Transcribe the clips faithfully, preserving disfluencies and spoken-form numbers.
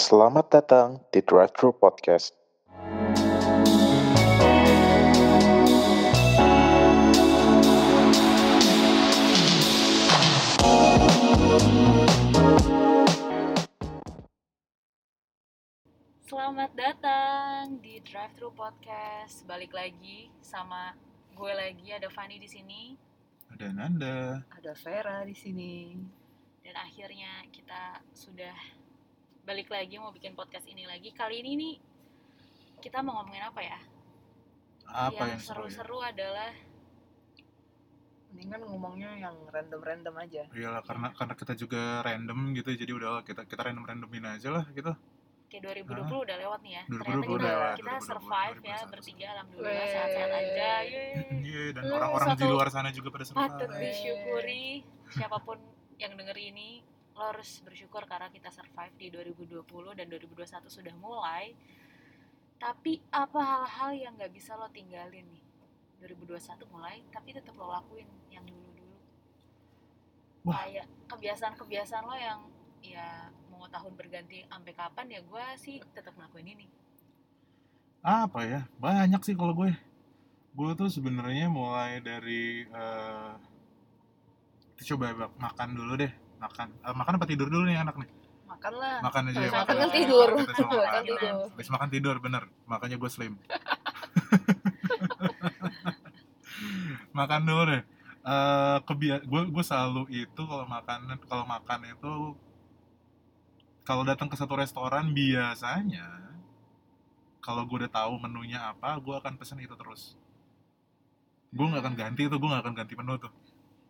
Selamat datang di Drive Thru Podcast. Selamat datang di Drive Thru Podcast. Balik lagi sama gue lagi, ada Fanny di sini. Ada Nanda. Ada Vera di sini. Dan akhirnya kita sudah balik lagi mau bikin podcast ini lagi. Kali ini nih kita mau ngomongin apa ya? Apa yang, yang seru ya? seru-seru adalah Mendingan ngomongnya yang random-random aja. Iyalah, karena karena kita juga random gitu, jadi udah kita kita random-randomin aja lah gitu. kayak dua ribu dua puluh udah lewat nih ya. dua ribu dua Ternyata puluh kita, udah lewat, kita dua ribu dua puluh, survive ya dua ribu dua puluh satu. bertiga, alhamdulillah Wey. sehat-sehat aja. Yeay. Iya, dan Eh, orang-orang di satu- luar sana juga pada survive. Patut disyukuri. Siapapun yang denger ini, lo harus bersyukur karena kita survive di dua ribu dua puluh dan dua ribu dua puluh satu sudah mulai. Tapi apa hal-hal yang gak bisa lo tinggalin nih? dua ribu dua puluh satu mulai, tapi tetap lo lakuin yang dulu-dulu. Wah. Kayak kebiasaan-kebiasaan lo yang ya mau tahun berganti sampai kapan ya, gue sih tetap ngelakuin ini. Apa ya? Banyak sih kalau gue. Gue tuh sebenarnya mulai dari eh coba bak- makan dulu deh. Makan. Eh, makan apa tidur dulu nih anak nih? Makan lah. Makan aja ya. Makan makan kan aja. tidur. Kita sama Makan makan. tidur. Habis makan tidur, bener. Makanya gue slim. Makan dulu deh. Eh kebia- gue gue selalu itu kalau makan kalau makan itu kalau datang ke satu restoran biasanya kalau gue udah tahu menunya apa, gue akan pesen itu terus. Gue nggak akan ganti itu, gue nggak akan ganti menu tuh.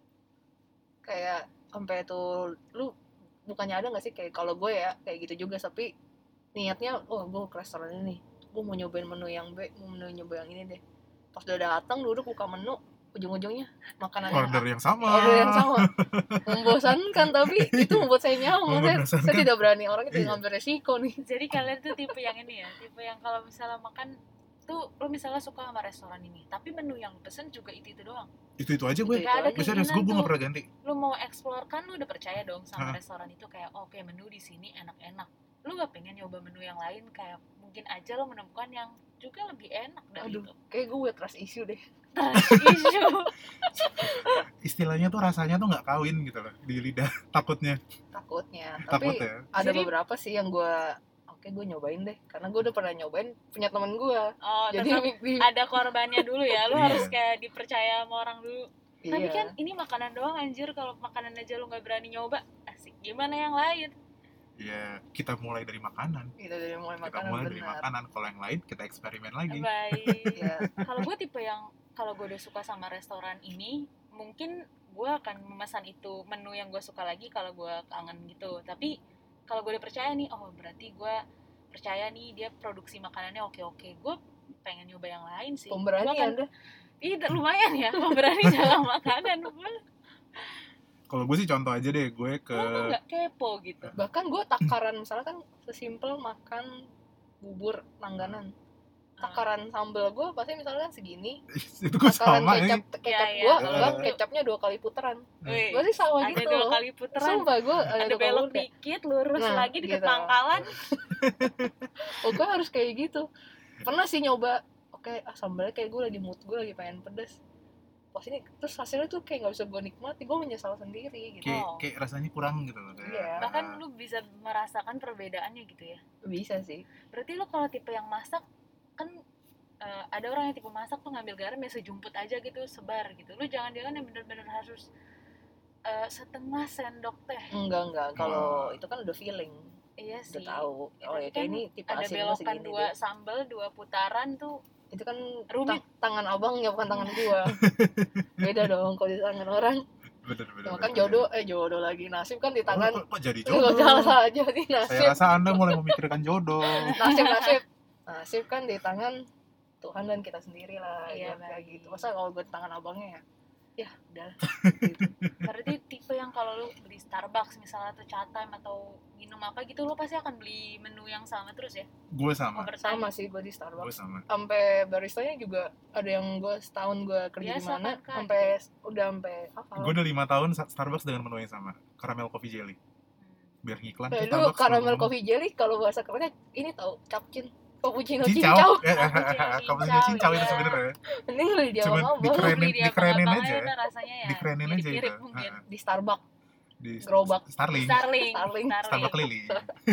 Kayak sampai tuh lu bukannya ada nggak sih kayak kalau gue ya kayak gitu juga, tapi niatnya oh gue ke restoran ini, gue mau nyobain menu yang B, mau menu nyoba yang ini deh. Pas udah datang duduk buka menu, ujung-ujungnya makanan Order yang sama. order yang sama. Membosankan, tapi itu membuat saya nyaman. Saya, Membosankan. saya tidak berani, orang itu Iya. ngambil resiko nih. Jadi kalian tuh tipe yang ini ya, tipe yang kalau misalnya makan tuh lo misalnya suka sama restoran ini, tapi menu yang pesen juga itu itu doang. Itu itu aja gue. Itu-itu Gak ada aja. Bisa serius, gue gue keinginan nggak tuh. pernah ganti. Lo mau explore kan, lo udah percaya dong sama Hah? restoran itu kayak oke menu di sini enak-enak. Lo gak pengen nyoba menu yang lain kayak mungkin aja lo menemukan yang juga lebih enak dari Aduh, itu. kayak gue trust issue deh. Isu. Istilahnya tuh rasanya tuh nggak kawin gitu loh di lidah. Takutnya. Takutnya. Takut Tapi ya. ada Jadi- beberapa sih yang gue oke gue nyobain deh, karena gue udah pernah nyobain punya temen gue. Oh, Jadi tetap bi- bi- ada korbannya dulu ya. Lo Iya. harus kayak dipercaya sama orang dulu. Tapi iya. kan ini makanan doang anjir, kalau makanan aja lo gak berani nyoba, asik. Gimana yang lain? Ya kita mulai dari makanan. Kita dari mulai Kita makanan mulai dari benar. makanan. Kalau yang lain kita eksperimen lagi. Baik. Iya. Kalau gue tipe yang kalau gue udah suka sama restoran ini, mungkin gue akan memesan itu menu yang gue suka lagi kalau gue kangen gitu. Tapi kalau gue udah percaya nih, oh berarti gue percaya nih dia produksi makanannya oke-oke. Gue pengen nyoba yang lain sih. Pemberani Gua kan- Anda. Iya lumayan ya, pemberani dalam makanan. Gue Kalau gue sih contoh aja deh, gue ke lo nggak kepo gitu. Bahkan gue takaran misalnya kan sesimpel makan bubur langganan. Takaran sambal gue pasti misalkan segini, itu gue takaran sama kecap ya. kecap Iya, gue, iya. bang kecapnya dua kali putaran. Wih, Gue sih sama ada gitu dua loh. kali puteran. Sumpah gue ada, Ada dua kali belok puter. dikit, lurus Nah, lagi deket gitu. pangkalan. Oh gue harus kayak gitu. Pernah sih nyoba, oke ah, sambalnya kayak gue lagi mood, gue lagi pengen pedas. Pas ini terus hasilnya tuh kayak nggak bisa gue nikmati, gue menyesal sendiri gitu. Kayak, Oh. kayak rasanya kurang gitu loh. Kayak, Iya. Bahkan lu bisa merasakan perbedaannya gitu ya. Bisa sih. Berarti lu kalau tipe yang masak kan eh, ada orang yang tipe masak tuh ngambil garam ya sejumput aja gitu, sebar gitu. Lu jangan-jangan yang bener-bener harus eh, setengah sendok teh. Enggak enggak, kalau Wah. itu kan udah feeling, Iya udah sih. tahu. Ya, Oh tapi ya kayak kan ini tipe ada asin gue belokan segini dua deh. sambal, dua putaran tuh. Itu kan Rumit. ta- tangan abangnya bukan tangan gua. Beda dong kalau di tangan orang. bener-bener. Makan jodoh eh jodoh lagi, nasib kan di tangan. Kok, kok jadi Jodoh jodoh? salah aja di Saya nasib. rasa Anda mulai memikirkan jodoh. Nasib nasib. Nasib kan di tangan Tuhan dan kita sendiri lah. Iya, Ibarat kayak baik. gitu. Masa kalau gue di tangan abangnya ya? Ya udah. Berarti tipe yang kalau lu beli Starbucks misalnya atau chat time atau minum apa gitu, lu pasti akan beli menu yang sama terus ya? Gue sama. Over time. Sama sih gue di Gue Starbucks. sama. Sampai baristanya juga ada yang gue setahun gue kerja di Biasa mana, kan, Kak? sampai udah sampai apa? Gue udah lima tahun Starbucks dengan menu yang sama. Caramel coffee jelly. Hmm. biar ngiklan Kayak ke dulu Starbucks caramel kalau ngomong. coffee jelly kalau bahasa kerennya ini tau capcin, cappuccino Cincau, cincau. eh, Cappuccino cappuccino cincau itu iya. sebenarnya. Mending lu di Cuma abang-abang dikerenin, Beli di dikerenin abang-abang aja, aja rasanya ya dikerenin aja itu. mirip-mirip mungkin. Heeh. di Starbucks, Di gerobak. Di Starling, Starling, Starling. Starbucks keliling.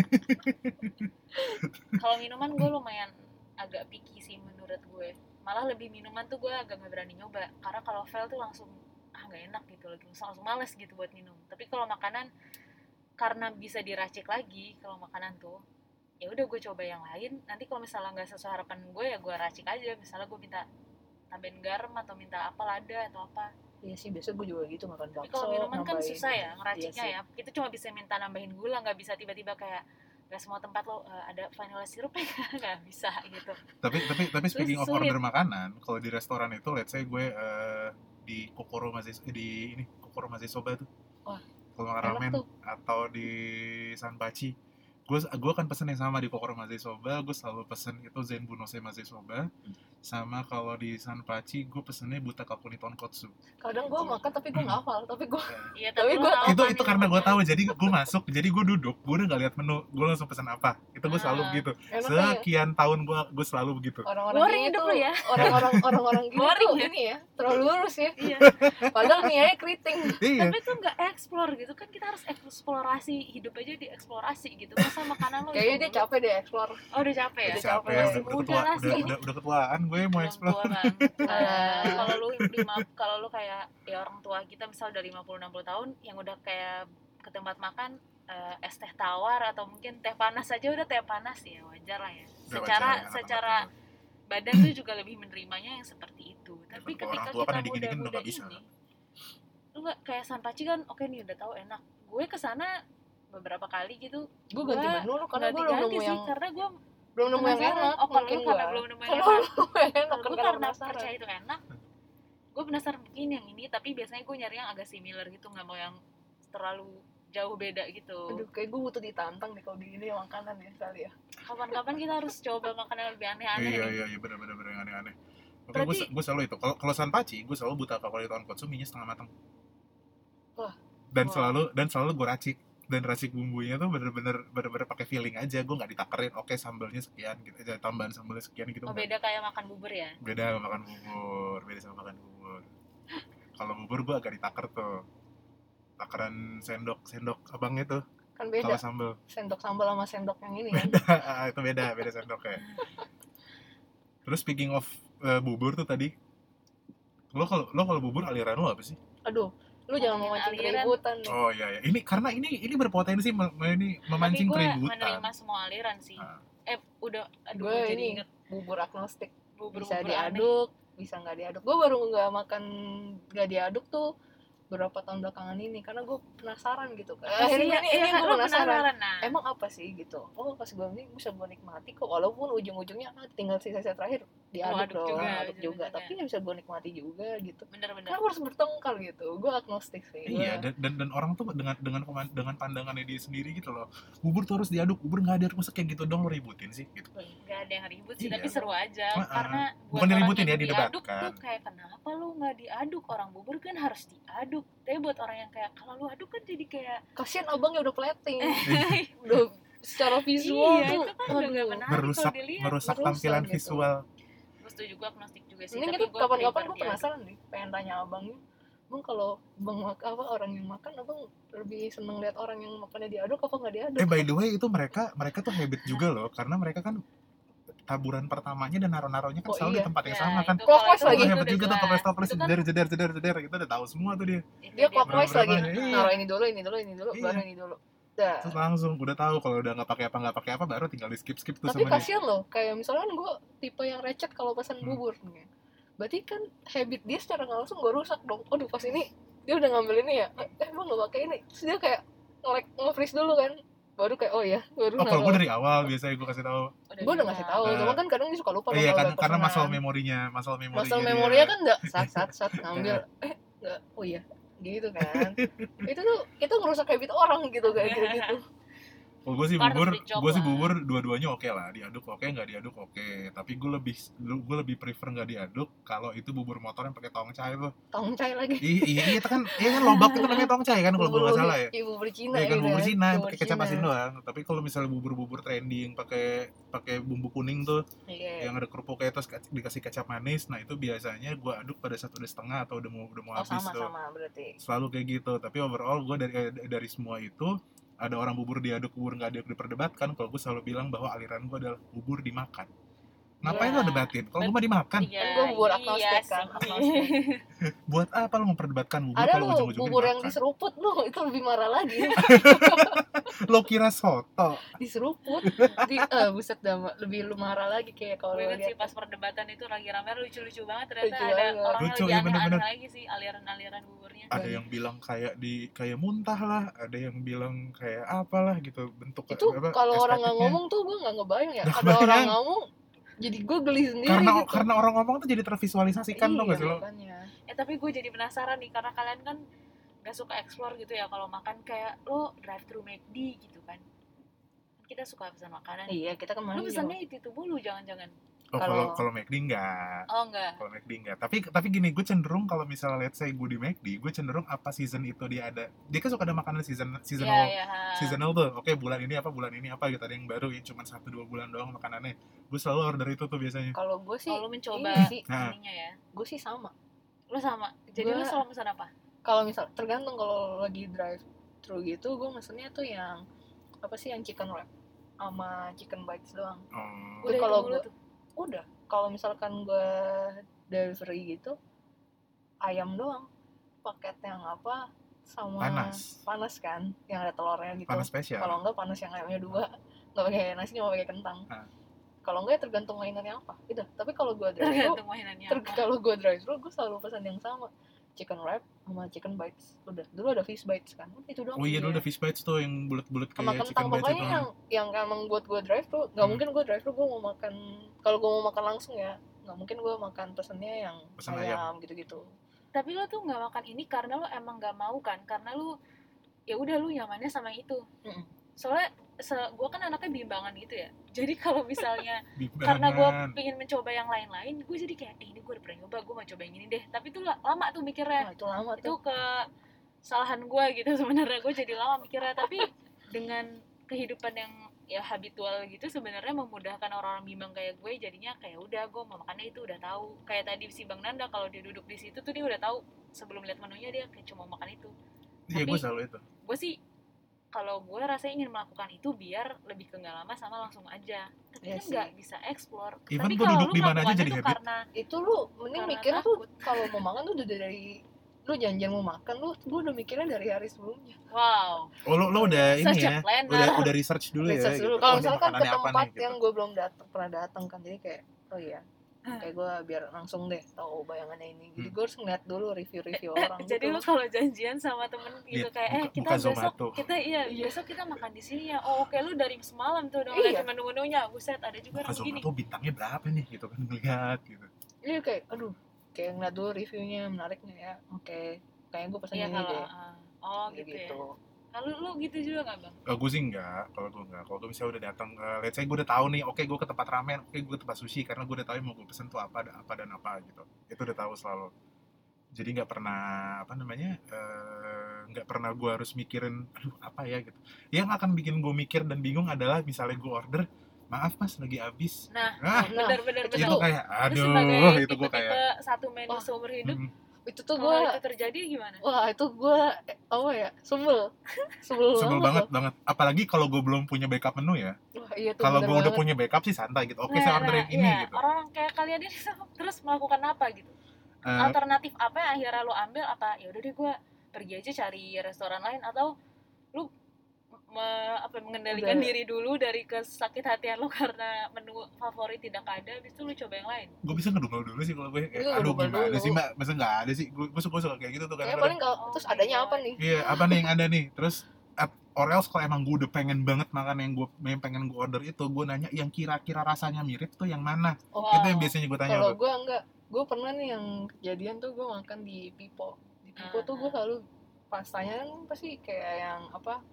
Kalau minuman gue lumayan agak picky sih menurut gue. Malah lebih minuman tuh gue agak nggak berani nyoba. Karena kalau fail tuh langsung ah nggak enak gitu, lagi langsung males gitu buat minum. Tapi kalau makanan karena bisa diracik lagi kalau makanan tuh, ya udah gue coba yang lain. Nanti kalau misalnya nggak sesuai harapan gue ya gue racik aja. Misalnya gue minta tambahin garam atau minta apa lada atau apa. Iya sih, biasa gue juga gitu makan Tapi bakso. kalau minuman kan nambahin. susah ya ngeraciknya Iya ya. Kita cuma bisa minta nambahin gula, nggak bisa tiba-tiba kayak nggak semua tempat lo uh, ada vanilla sirup ya nggak bisa gitu. Tapi tapi tapi speaking of Sulit. order makanan, kalau di restoran itu let's say gue eh, di Kokoro Mazi di ini Kokoro Mazi Soba tuh. Wah, kalau makan enak ramen tuh. atau di Sanpachi, gue gue kan pesen yang sama di Kokoro Mazi Soba. Gue selalu pesen itu Zenbu no Se Mazi Soba. Sama kalau di Sanpachi gue pesennya Butaka Kuni Tonkotsu. Kadang gue makan tapi gue nggak hafal, tapi gue Iya, Tapi tapi, gua- lo tahu itu kan itu karena gue minumannya. tahu, jadi gue masuk, jadi gue duduk, gue udah gak lihat menu, gue langsung pesan apa. Itu gue selalu Ah. begitu. enak ya. Sekian tahun gue gue selalu begitu. Orang-orang Boring gini hidup tuh, lu ya. orang-orang orang-orang gini Boring tuh ya. ini ya, terlalu lurus ya. Iya. Padahal niatnya keriting. Iya. Tapi tuh nggak explore gitu kan, kita harus eksplorasi hidup aja, dieksplorasi gitu. Masa makanan lo Kayaknya dia itu capek deh explore. oh udah capek ya. Udah Siapa capek. ya, Masih udah, udah muda ketua, lah udah, sih. udah, udah ketuaan gue mau Belum explore. tua kan. Nah, Ah. kalau lu lima kalau lu kayak ya orang tua kita misal udah lima puluh enam puluh tahun yang udah kayak ke tempat makan eh, es teh tawar atau mungkin teh panas aja udah teh panas ya wajar lah ya. Udah Secara wajar ya, anak-anak secara gitu. badan tuh juga lebih menerimanya yang seperti itu. Tapi kalau ketika orang tua kan kita yang dingin-dingin udah muda-muda nggak bisa. ini, lu nggak kayak Sanpachi kan, oke nih udah tahu enak. Gue kesana beberapa kali gitu, Gue ganti Gua menu lu karena gue belum ganti-ganti nemu sih yang karena gue belum nemu yang penasaran. enak. Oh kalau mungkin lu karena gua. belum nemu yang Karena enak. belum nemu yang enak Kalau kan gue karena karena penasaran. percaya itu enak, gue penasaran mungkin yang ini, tapi biasanya gue nyari yang agak similar gitu, nggak mau yang terlalu jauh beda gitu. Aduh, kayak gue butuh ditantang nih kalau di ini makanan ya kali ya. Kapan-kapan kita harus coba makanan yang lebih aneh-aneh Iya nih. iya iya benar-benar benar yang aneh-aneh. Oke, Berarti- gue gue selalu itu. Kalau kalau Sanpachi, gue selalu buta kalau di tonkotsu minyak setengah matang. Wah. Dan Wah. selalu dan selalu gue racik, dan racik bumbunya tuh bener-bener bener-bener pakai feeling aja. Gue nggak ditakerin. Oke sambalnya sekian gitu aja, tambahan sambalnya sekian gitu. Oh nggak. beda kayak makan bubur ya. Beda sama makan bubur, beda sama makan bubur. Kalau bubur gue agak ditaker tuh. Takaran sendok sendok abangnya tuh Kan kalau beda sambal. sendok sambal sama sendok yang ini kan. Itu beda beda sendoknya. Terus speaking of uh, bubur tuh tadi, lo kalau lo kalau bubur aliran lo apa sih? Aduh, lu jangan Ngomongin memancing aliran. keributan nih. Oh iya ya, ini karena ini ini berpotensi me- me- ini memancing Tapi gue keributan. menerima semua aliran sih. Ah. Eh udah, aduh Gue gue jadi ini inget bubur agnostik, bubur bisa bubur aneh. diaduk, bisa nggak diaduk. Gue baru nggak makan nggak diaduk tuh beberapa tahun belakangan ini karena gue penasaran gitu kan. Apa sih? Akhirnya ini, Iya, ini kan gue lu penasaran. Nah, Emang apa sih gitu? Oh pas gue ini bisa gue nikmati kok, walaupun ujung-ujungnya ah, tinggal sisa-sisa terakhir diaduk aduk dong, juga, aduk juga, ujung-ujungnya. tapi ya bisa gue nikmati juga gitu. bener-bener. Kenapa harus bertengkar gitu? Gue agnostik sih. Iya, Gua- dan, dan dan orang tuh dengan dengan peman- dengan pandangannya dia sendiri gitu loh. Bubur tuh harus diaduk, bubur nggak diaduk masa kayak gitu dong lo ributin sih gitu. Nggak ada yang ribut sih, Iya. tapi seru aja. Ah, ah. Karena buat Bukan orang diributin yang ya, diaduk didebatkan. tuh kayak kenapa lu nggak diaduk? Orang bubur kan harus diaduk. Tapi buat orang yang kayak kalau lu aduk kan jadi kayak kasian abangnya udah plating, udah secara visual iya, tuh, itu kan udah nggak aduh. menarik merusak kalau dilihat. merusak merusak tampilan gitu. visual. Gue setuju, gue agnostik juga sih. Ini tapi kita gua kapan-kapan prefer gue diaduk. penasaran nih, pengen tanya abangnya, bang kalau bang mak apa orang yang makan, abang lebih seneng lihat orang yang makannya diaduk apa nggak diaduk? Eh by the way itu mereka mereka tuh habit juga loh, karena mereka kan taburan pertamanya dan naro-naronya kan Oh, selalu iya. di tempat yang Ya, sama kan. itu Clockwise kalau Oh, lagi. itu hebat udah juga tuh jelas. toples toples Itu kan jeder jeder jeder jeder kita udah tahu semua tuh dia. itu Dia clockwise lagi, berapa-berapanya, iya. naruh ini dulu, ini dulu, ini dulu, Iya. baru ini dulu. Dah. Terus langsung udah tahu kalau udah nggak pakai apa nggak pakai apa baru tinggal di skip skip tuh Tapi sama dia. kasihan loh, kayak misalkan gue tipe yang recet kalau pesan Hmm. bubur nih. Berarti kan habit dia secara nggak langsung gue rusak dong. Aduh pas ini dia udah ngambil ini ya, eh emang nggak pakai ini. Terus dia kayak nge-like nge-freeze dulu kan, baru kayak oh ya, baru Oh kalau naruh. gue dari awal biasanya gue kasih tahu. Gue udah ngasih tahu, Eh, cuma kan kadang dia suka lupa. Oh, iya kalau kan udah karena pesanan. masalah memorinya, masalah memorinya. Masalah dia. memorinya kan enggak sat sat sat ngambil eh enggak, oh iya gitu kan. Itu tuh kita ngerusak habit orang gitu kayak gitu gitu. Kalau gue sih Part of bubur, the job gue sih lah. bubur dua-duanya oke lah, diaduk oke, nggak diaduk oke. Tapi gue lebih, gue lebih prefer nggak diaduk kalau itu bubur motor yang pakai tongcai tuh. Tongcai lagi. Iya, iya, iya, itu kan, iya kan lobak itu namanya tongcai kan kalau gue nggak salah ya. Iya, bubur Cina Iya kan gitu bubur kan. Cina yang Bubur pakai kecap Cina. asin doang. Tapi kalau misalnya bubur-bubur trending pakai pakai bumbu kuning tuh, Iya. yang ada kerupuknya terus kac- dikasih kecap manis, nah itu biasanya gue aduk pada saat udah setengah atau udah mau udah mau Oh, habis tuh. sama-sama berarti. Selalu kayak gitu. Tapi overall gue dari eh, dari semua itu, ada orang bubur diaduk, bubur nggak diaduk diperdebatkan. Kalau gue selalu bilang bahwa aliran gue adalah bubur dimakan. Ngapain Iya. lo debatin? Kalau gue mah dimakan. Iya, Kan gua bubur iya agnostik kan, sih. agnostik. Buat apa lo memperdebatkan bubur Ada kalau lo ujung-ujungnya bubur yang dimakan? diseruput lo, itu lebih marah lagi. Lo kira soto? Diseruput. Di eh buset dah, Mbak. Lebih lu marah lagi kayak kalau Gue inget sih lihat. pas perdebatan itu lagi rame lucu-lucu banget, ternyata Lucu ada banget. orang Lucu, yang iya, lebih aneh-aneh bener-bener. lagi sih aliran-aliran buburnya. Ada yang bilang kayak di kayak muntah lah, ada yang bilang kayak apalah gitu bentuk Itu apa, kalau orang nggak estetiknya. ngomong tuh gue nggak ngebayang ya. Nggak Ada orang kebayang. ngomong jadi gue geli sendiri Karena gitu. karena orang ngomong tuh jadi tervisualisasikan Iya, tuh nggak sih lo? makanya. Ya tapi gue jadi penasaran nih, karena kalian kan gak suka explore gitu ya kalau makan, kayak lo drive thru McD gitu kan. Kita suka pesan makanan. Iya, kita kemarin Lo juga. pesannya itu itu mulu, jangan-jangan. Oh kalau Kalau- kalau McD enggak. Oh enggak. Kalau McD enggak. Tapi tapi gini, gue cenderung kalau misalnya let's say gue di McD, gue cenderung apa season itu dia ada. Dia kan suka ada makanan season Iya, seasonal iya. ha. seasonal tuh. Oke, bulan ini apa, bulan ini apa gitu, ada yang baru ya cuma satu dua bulan doang makanannya. Gue selalu order itu tuh biasanya. Kalau gue sih, Kalau lo mencoba ini sih, Nah. ininya ya. gue sih sama. Lo sama. Jadi Gua- lo selalu pesan apa? Kalau misal tergantung, kalau lagi drive thru gitu, gue mesennya tuh yang apa sih, yang chicken wrap sama chicken bites doang. Oh. Udah, Udah kalau itu mulu gua- tuh. Udah, kalau misalkan gue delivery gitu, ayam doang, paket yang apa sama Panas. panas kan, yang ada telurnya gitu. Panas spesial. Kalau enggak panas yang ayamnya dua, nggak pakai nasi, cuma pakai kentang. Ah. Kalau enggak ya tergantung mainannya apa. Gitu. Tapi kalau gue drive thru, Tergantung mainannya ter- apa. kalau gue drive thru, gue selalu pesan yang sama, chicken wrap sama chicken bites. Udah, dulu ada fish bites kan, udah itu doang. Oh iya, dulu Iya. ada fish bites tuh yang bulat-bulat Sama kayak kentang, chicken bites pokoknya itu. yang yang emang buat gue drive thru, nggak Hmm. mungkin gue drive thru gue mau makan. Kalau gue mau makan langsung ya, nggak mungkin gue makan pesennya yang Pesen ayam gitu-gitu. Tapi lo tuh nggak makan ini karena lo emang nggak mau kan? Karena lo ya udah lo nyamannya sama itu. Mm-mm. Soalnya se gue kan anaknya bimbangan gitu ya. Jadi kalau misalnya Bimbangan. karena gue pengen mencoba yang lain-lain, gue jadi kayak eh, ini gue udah pernah nyoba, gue mau coba yang ini deh. Tapi tuh la- lama tuh mikirnya. Nah, itu lama Itu tuh. kesalahan gue gitu sebenarnya. Gue jadi lama mikirnya. Tapi dengan kehidupan yang ya habitual gitu, sebenarnya memudahkan orang-orang bimbang kayak gue. Jadinya kayak udah, gue mau makannya itu udah tahu. Kayak tadi si Bang Nanda, kalau dia duduk di situ tuh dia udah tahu sebelum lihat menunya, dia kayak cuma makan itu. Iya, Tapi- gue selalu itu. Gue sih kalau gue rasanya ingin melakukan itu biar lebih ke nggak lama sama langsung aja. Tapi Iya kan sih. nggak bisa explore. Even Tapi gua kalau duduk lu di mana aja melakukannya jadi tuh habit. karena Itu lu mending Karena mikir tuh takut. kalau mau makan tuh udah dari lu janjian mau makan, lu gue udah mikirnya dari hari sebelumnya. wow, Oh lo lo udah ini such ya, a planner. udah udah research dulu ya. Research gitu. dulu. Oh, Kalau ini misalkan ke makanannya apa tempat nih, gitu. yang gue belum datang pernah datang kan, jadi kayak oh iya, kayak gue biar langsung deh tahu bayangannya ini. Jadi Hmm. gue harus ngeliat dulu review-review orang. Jadi lu gitu. kalau janjian sama temen gitu Lihat, kayak eh buka- kita buka besok Zomato. kita iya besok kita makan di sini ya. Oh oke, lu dari semalam tuh udah Iya. ngeliatin menu-menunya. Buset, ada juga Buka orang begini. Zomato bintangnya berapa nih gitu kan, ngeliat gitu. Iya kayak aduh, kayak ngeliat dulu reviewnya menarik nggak ya. Oke, kayaknya gue pesen Iya ini kalau deh. ah. oh Kayak gitu, ya. Kalau lu gitu juga nggak Bang? Uh, gue sih enggak, kalau gue enggak. Kalau gue misalnya udah datang, uh, let's say gue udah tahu nih, oke gue ke tempat ramen, oke gue ke tempat sushi, karena gue udah tahu mau gue pesen tuh apa, apa dan apa gitu. Itu udah tahu selalu. Jadi nggak pernah apa namanya, uh, nggak pernah gue harus mikirin, aduh apa ya gitu. Yang akan bikin gue mikir dan bingung adalah misalnya gue order, maaf mas lagi habis. Nah, Ah, Nah, benar-benar itu itu betul. kayak, Itu sebagai aduh, itu gue tipe-tipe kayak, satu menu Wah. seumur hidup. mm, Itu tuh Kalau gue, itu terjadi gimana? wah itu gue apa ya, sebel, sebel, sebel banget banget. Apalagi kalau gue belum punya backup menu ya. loh. Wah iya tuh. Kalau bener gue udah banget. punya backup sih santai gitu. Oke Nah, saya order nah, yang ini iya. gitu. Orang kayak kalian ini terus melakukan apa gitu? Eh, Alternatif apa yang akhirnya lo ambil? Apa ya udah deh gue pergi aja cari restoran lain, atau lu me- apa mengendalikan Udah. diri dulu dari kesakit hatian lo karena menu favorit tidak ada, habis itu lu coba yang lain? gue bisa ngedumel dulu sih kalau gue kayak, Iya, aduh ngedumel gimana dulu. sih mbak, masa nggak ada sih, gue gue suka suka kayak gitu tuh Kayaknya kadang-kadang. paling kalau Oh terus my adanya God. apa nih? Iya, apa nih yang ada nih, terus at- or else kalau emang gue udah pengen banget makan yang gue yang pengen gue order itu, gue nanya yang kira-kira rasanya mirip tuh yang mana. Oh, Wow. Itu yang biasanya gue tanya kalau tuh. gue enggak, gue pernah nih yang kejadian tuh gue makan di Pipo. Di Pipo tuh gue Ah. selalu pastanya kan pasti kayak yang apa,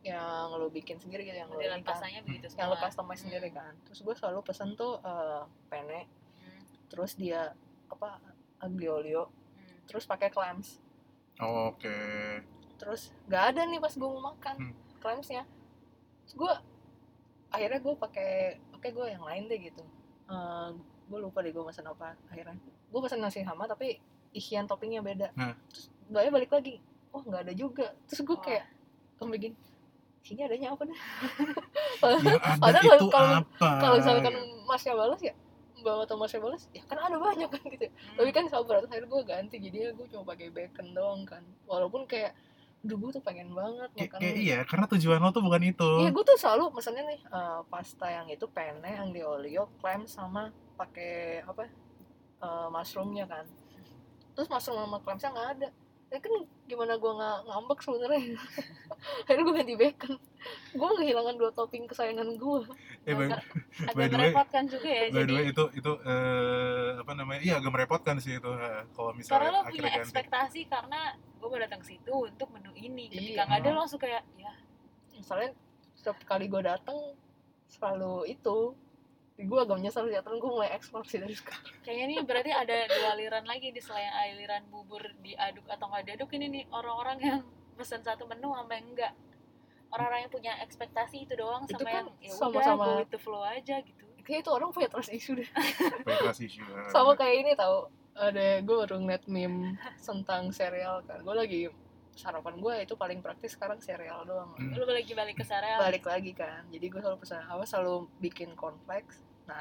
yang lo bikin sendiri gitu, yang lo modelan ini kan, pasanya begitu semua. yang lo customize Hmm. sendiri kan. Terus gue selalu pesen tuh uh, penne, Hmm. terus dia apa aglio olio, Hmm. terus pakai clams. Oh, oke. Terus nggak ada nih pas gue mau makan Hmm. clamsnya. Terus gue akhirnya gue pakai oke gue yang lain deh gitu. Uh, gue lupa deh gue pesan apa akhirnya. Gue pesan nasi sama tapi isian toppingnya beda. Nah. Terus gue balik lagi, oh nggak ada juga. Terus gue Wah. kayak gue bikin sini adanya apa dah? Yang ada Padahal itu kalau apa? kalau misalkan Gitu. masnya balas ya bawa atau masnya balas ya kan ada banyak kan gitu. Hmm. Tapi kan sabar, terus akhirnya gue ganti, jadinya gue cuma pakai bacon doang kan. Walaupun kayak aduh gue tuh pengen banget Kayak, makan. kayak iya, karena tujuan lo tuh bukan itu. Iya, gue tuh selalu pesennya nih uh, pasta yang itu penne, yang di olio, clam sama pakai apa uh, mushroomnya kan. Terus mushroom sama clamsnya nggak ada. Ya kan gimana gue nggak ngambek sebenarnya. Akhirnya gue ganti bacon. Gue kehilangan dua topping kesayangan gue. Eh, by, Agak, agak by the way, merepotkan juga ya. by the Jadi way itu itu eh, apa namanya? Iya, agak merepotkan sih itu eh, kalau karena misalnya lo akhirnya punya ganti. ekspektasi karena gue mau datang ke situ untuk menu ini. Ketika Iya. nggak ada lo langsung kayak ya Soalnya setiap kali gue datang selalu itu. Gue agak menyesal sih, terus gue mulai eksplor sih dari sekarang. kayaknya nih berarti ada dua aliran lagi di selain aliran bubur diaduk atau nggak diaduk, ini nih orang-orang yang pesan satu menu sama yang enggak. Orang-orang yang punya ekspektasi itu doang Itu sama kan yang ya udah sama-sama- go with the flow aja gitu. Kayak itu orang punya trust issue deh. Penetrasi issue. eh. Sama kayak ini tau, ada gue baru ngeliat meme tentang serial kan. Gue lagi sarapan gue itu paling praktis sekarang serial doang. Hmm. Lu lagi balik ke sereal. Balik lagi kan, jadi gue selalu pesan apa selalu bikin cornflakes. Nah,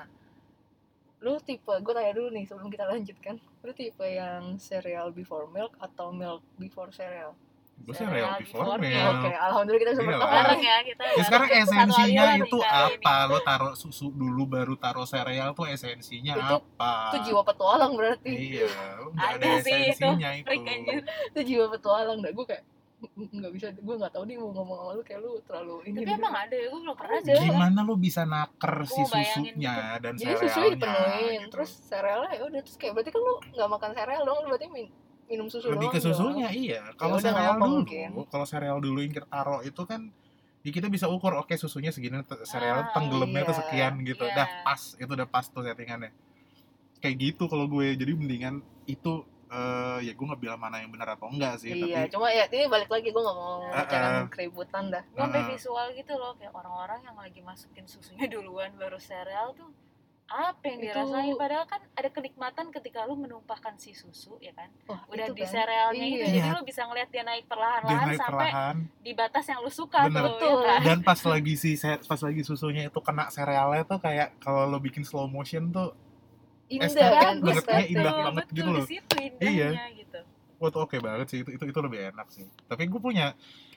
lu tipe, gue tanya dulu nih sebelum kita lanjut kan, lu tipe yang cereal before milk atau milk before cereal? Gue sih Cereal real before before meal. Oke, alhamdulillah kita bisa Iya bertemu lah. Bareng nih. ya kita. Ya bareng. sekarang Satu esensinya aliran itu nih kali apa? ini. Lo taruh susu dulu baru taruh sereal tuh esensinya Itu- apa? Itu jiwa petualang berarti. Iya, nggak ada Ada sih itu, esensinya itu. freak anjir. Itu jiwa petualang. Dah gue kayak nggak bisa, gue nggak tahu nih mau ngomong sama lu, kayak lu terlalu ini. Tapi deh. emang ada ya, gue belum pernah Ada. sih. Gimana lo bisa naker si Gua bayangin susunya dan Jadi serealnya? susunya dipenuhin, gitu. terus serealnya ya udah, terus kayak berarti kan lu nggak makan sereal dong, lu berarti min- minum susu lebih doang ke dong. susunya iya. Kalau udah, nggak sereal apa-apa dulu, mungkin. kalau sereal dulu yang kita taruh itu kan ya kita bisa ukur oke susunya segini, te- sereal Ah, tenggelamnya tuh iya. sekian gitu. Iya. Dah pas, itu udah pas tuh settingannya. Kayak gitu kalau gue. Jadi mendingan itu eh, ya gue nggak bilang mana yang benar atau enggak sih, Iya, tapi cuma ya ini balik lagi gue nggak mau Ah, jangan ah. keributan dah. Gue sampai Heeh. visual gitu loh, kayak orang-orang yang lagi masukin susunya duluan baru sereal tuh apa yang Itu- dirasain, padahal kan ada kenikmatan ketika lu menumpahkan si susu ya kan Wah, udah itu di kan. serealnya Iya. itu, Iya. jadi lu bisa ngeliat dia naik dia perlahan-lahan naik sampai perlahan. di batas yang lu suka Bener. tuh Betul. ya kan. Dan pas lagi si se- pas lagi susunya itu kena serealnya tuh kayak kalau lo bikin slow motion tuh Indah Estetik kan, banget, kayaknya estetik. indah Betul, banget betul, gitu loh. di situ indahnya gitu. wah tuh oke banget sih, itu itu itu lebih enak sih. Tapi gue punya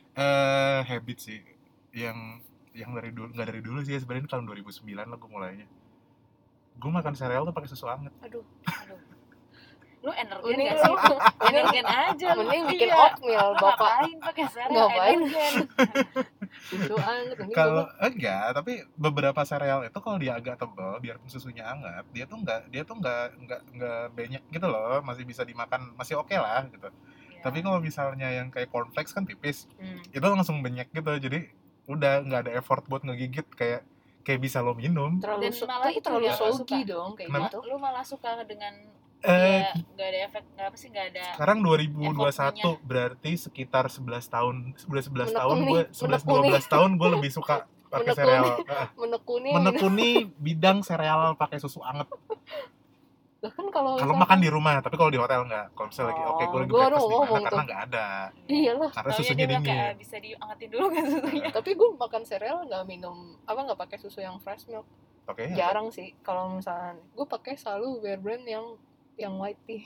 eh habit sih yang yang dari dulu, nggak dari dulu sih ya, sebenarnya tahun dua ribu sembilan lah gue mulainya. Gue makan sereal tuh pakai susu anget. Aduh, aduh. Lu energen Mending gak lu, sih? mending, Energen aja lu. mending bikin Iya. oatmeal, Lu bapak. ngapain pakai sereal Ngapain? energen? Susu anget, mending Kalau bapak. enggak, tapi beberapa sereal itu kalau dia agak tebal, biarpun susunya hangat, dia tuh enggak dia tuh enggak enggak enggak banyak gitu loh, masih bisa dimakan, masih oke lah gitu. Ya. Tapi kalau misalnya yang kayak cornflakes kan tipis, Hmm. itu langsung banyak gitu, jadi udah nggak ada effort buat ngegigit, kayak kayak bisa lo minum. Terlalu Dan su- malah tapi itu terlalu ya, soggy suka. dong kayak Kenapa? gitu. Lu malah suka dengan Eh, ya nggak ada efek, nggak apa sih, nggak ada sekarang dua ribu dua puluh satu berarti sekitar sebelas tahun, sebelas sebelas tahun Menekuni, gue, sebelas dua belas tahun gue lebih suka pakai Menekuni. sereal. Heeh. Menekuni. Menekuni bidang sereal pakai susu anget. Lah kan kalau Kalau misalkan- makan di rumah, tapi kalau di hotel enggak. Kalau misalnya lagi Oh, oke gue lagi gua breakfast udah di mana ngomong karena tuh. enggak ada. Iyalah. Karena Taunya susunya dia bilang kayak, dingin. "Ah, bisa diangetin dulu kan susunya." Tapi gue makan sereal nggak minum apa nggak pakai susu yang fresh milk. Oke. Jarang sih. Kalau misalnya gue pakai selalu Bear Brand yang yang white tea.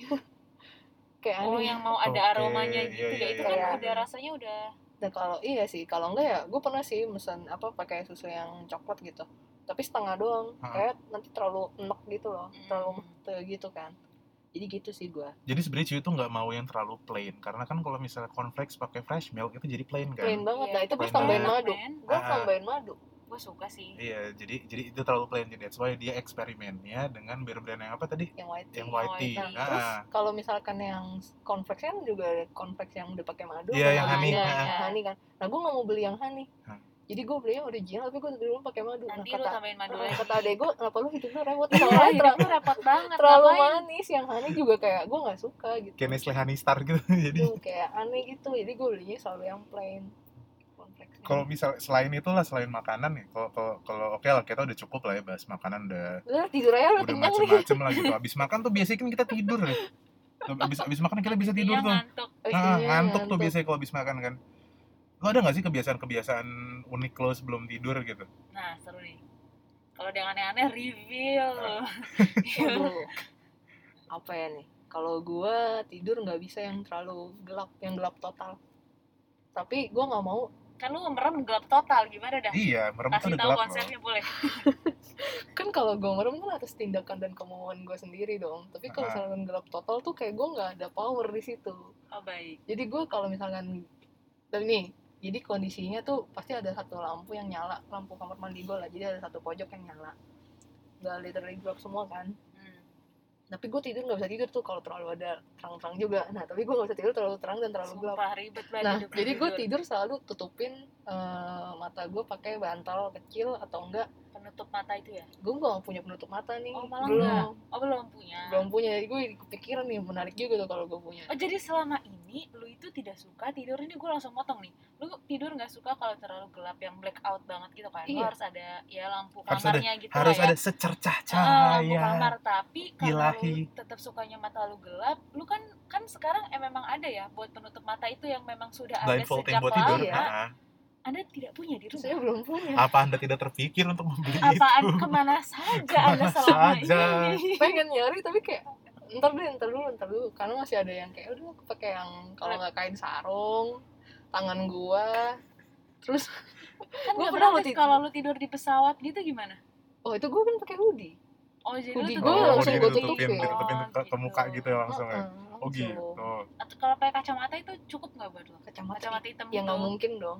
Kayak Oh, aneh. yang mau ada Oke, aromanya iya, gitu iya, ya. Itu iya, kan iya. udah rasanya udah Dan kalau iya sih, kalau enggak ya gue pernah sih mesen apa pakai susu yang coklat gitu. Tapi setengah doang. Hah. Kayak nanti terlalu enek gitu loh. Hmm. Terlalu mete gitu kan. Jadi gitu sih gue. Jadi sebenarnya Ciwi tuh nggak mau yang terlalu plain, karena kan kalau misalnya cornflakes pakai fresh milk itu jadi plain kan. Plain banget. Iya, Nah itu gue plain tambahin banget, madu. men. Gue Ah. tambahin madu. Gue gue suka sih. Iya, jadi jadi itu terlalu plain, jadi that's why dia eksperimennya dengan brand yang apa tadi? yang white tea. Yang white tea. Yang white tea. Nah, terus Ah, kalau misalkan yang cornflakes kan juga ada cornflakes yang udah pakai madu, Iya, ada yang honey. yang Ah. honey kan. Nah, gue nggak mau beli yang honey. Hah. Jadi gue beli yang original, tapi gue dulu pakai madu. Nah, Nanti lu kata tambahin madu nah, lagi. kata adek gue, kenapa lu hidupnya repot? Iya, Soalnya hidup ter- tuh repot banget. terlalu ngapain? manis, yang honey juga kayak gue nggak suka gitu. kayak Nestle Honey Star gitu. Jadi Aduh, kayak aneh gitu. Jadi gue belinya selalu yang plain cornflakes. kalau misal selain itulah, selain makanan nih, kalau kalau kalau oke lah, kita udah cukup lah ya bahas makanan, udah Udah tidur aja udah udah kenyang nih. macem-macem lah gitu. Abis makan tuh biasanya kan kita tidur nih. Abis abis makan kita bisa tidur Intinya tuh. ngantuk. Oh, Nah, iya, ngantuk tuh ngantuk. biasanya kalau abis makan kan. Lo ada nggak sih kebiasaan-kebiasaan unik lo sebelum tidur gitu? Nah, seru nih. Kalau ada yang aneh-aneh, reveal. Aduh. Apa ya nih? Kalau gue tidur nggak bisa yang terlalu gelap, yang gelap total. Tapi gue nggak mau. Kan lu merem gelap total, gimana dah? Iya, merem tuh Kasih udah tahu gelap loh. konsepnya boleh. Kan kalau gue merem kan atas tindakan dan kemauan gue sendiri dong. Tapi kalau Ah. misalkan gelap total tuh kayak gue nggak ada power di situ. Oh, baik. Jadi gue kalau misalkan dan nih, jadi kondisinya tuh pasti ada satu lampu yang nyala, lampu kamar mandi gue lah. Jadi ada satu pojok yang nyala. Gak literally gelap semua kan. Hmm. Tapi gue tidur nggak bisa tidur tuh kalau terlalu ada terang-terang juga. Nah, tapi gue nggak bisa tidur terlalu terang dan terlalu gelap. Sumpah ribet banget Nah, hidup jadi gue tidur. tidur selalu tutupin eh, mata gue pakai bantal kecil atau enggak. Penutup mata itu ya? Gue nggak punya penutup mata nih. Oh, malah belum. enggak? Oh, belum punya. Belum punya. Jadi gue kepikiran nih, menarik juga tuh kalau gue punya. Oh, jadi selama ini lu itu tidak suka tidur, ini gue langsung potong nih. Lu tidur nggak suka kalau terlalu gelap, yang blackout banget gitu kan? Lu Iya. harus ada ya lampu Harus kamarnya gitu Harus lah ya. ada secercah Ah, lampu cahaya. kamar, tapi kalau ilahi. lu tetap sukanya mata lu gelap, lu kan kan sekarang eh, memang ada ya buat penutup mata itu yang memang sudah ada Blindfold sejak yang buat tidur. lama. Nah, Anda tidak punya di Saya rumah. belum punya. apa Anda tidak terpikir untuk membeli Apaan itu? kemana saja Kemana Anda selama saja. ini? Pengen nyari tapi kayak ntar deh, ntar dulu, ntar dulu. Karena masih ada yang kayak udah aku pakai yang kalau nggak kain sarung, tangan gua. Terus Kan Gua nggak pernah praktis waktu- kalau lu tidur di pesawat gitu gimana? oh itu gue kan pakai hoodie. Oh, jadi Hoodie lu gua tutup- Oh, langsung jadi gua ditutupin, tutupin. ditutupin Oh, ke, ke muka gitu ya langsung ya. Heeh, Oh langsung. gitu. Atau kalau pakai kacamata itu cukup nggak buat lu? Kacamata. Kacamata hitam Ya gitu. nggak mungkin dong.